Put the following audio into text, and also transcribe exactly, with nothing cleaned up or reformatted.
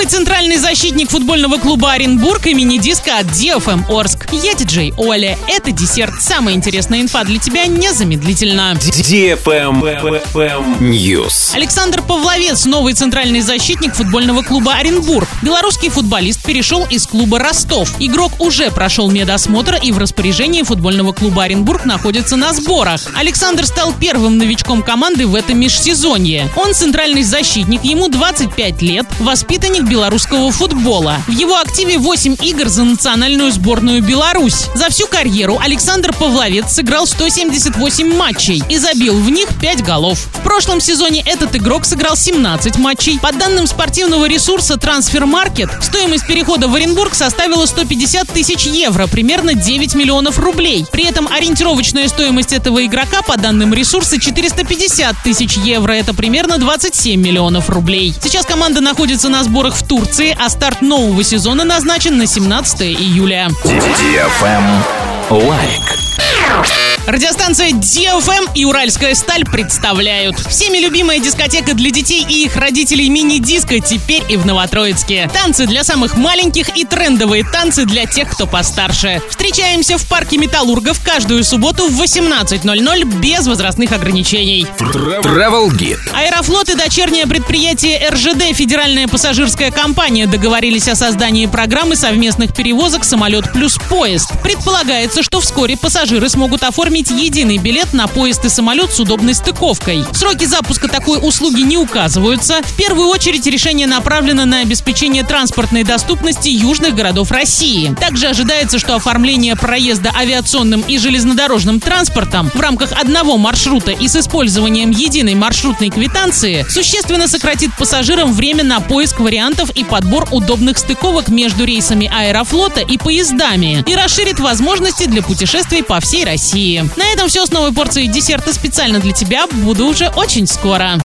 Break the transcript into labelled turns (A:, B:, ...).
A: Новый центральный защитник футбольного клуба Оренбург и мини-диско от ди эф эм Орск. Я диджей Оля. Это десерт. Самая интересная инфа для тебя незамедлительно.
B: ди эф эм News.
A: Александр Павловец, новый центральный защитник футбольного клуба Оренбург. Белорусский футболист перешел из клуба Ростов. Игрок уже прошел медосмотр и в распоряжении футбольного клуба Оренбург находится на сборах. Александр стал первым новичком команды в этом межсезонье. Он центральный защитник, ему двадцать пять лет, воспитанник белорусского футбола. В его активе восемь игр за национальную сборную Беларусь. За всю карьеру Александр Павловец сыграл сто семьдесят восемь матчей и забил в них пять голов. В прошлом сезоне этот игрок сыграл семнадцать матчей. По данным спортивного ресурса Трансфермаркет, стоимость перехода в Оренбург составила сто пятьдесят тысяч евро, примерно девять миллионов рублей. При этом ориентировочная стоимость этого игрока по данным ресурса четыреста пятьдесят тысяч евро, это примерно двадцать семь миллионов рублей. Сейчас команда находится на сборах в Турции, а старт нового сезона назначен на семнадцатое июля.
B: ди эф эм Лайк.
A: Радиостанция ди эф эм и Уральская сталь представляют. Всеми любимая дискотека для детей и их родителей мини-диско теперь и в Новотроицке. Танцы для самых маленьких и трендовые танцы для тех, кто постарше. Встречаемся в парке Металлургов каждую субботу в восемнадцать ноль ноль без возрастных ограничений.
B: Travel Guide.
A: Аэрофлот и дочернее предприятие эр жэ дэ «Федеральная пассажирская компания» договорились о создании программы совместных перевозок «Самолет плюс поезд». Предполагается, что вскоре пассажиры смогут оформить единый билет на поезд и самолет с удобной стыковкой. Сроки запуска такой услуги не указываются. В первую очередь решение направлено на обеспечение транспортной доступности южных городов России. Также ожидается, что оформление проезда авиационным и железнодорожным транспортом в рамках одного маршрута и с использованием единой маршрутной квитанции существенно сократит пассажирам время на поиск вариантов и подбор удобных стыковок между рейсами Аэрофлота и поездами и расширит возможности для путешествий по всей России. На этом все с новой порцией десерта специально для тебя. Буду уже очень скоро.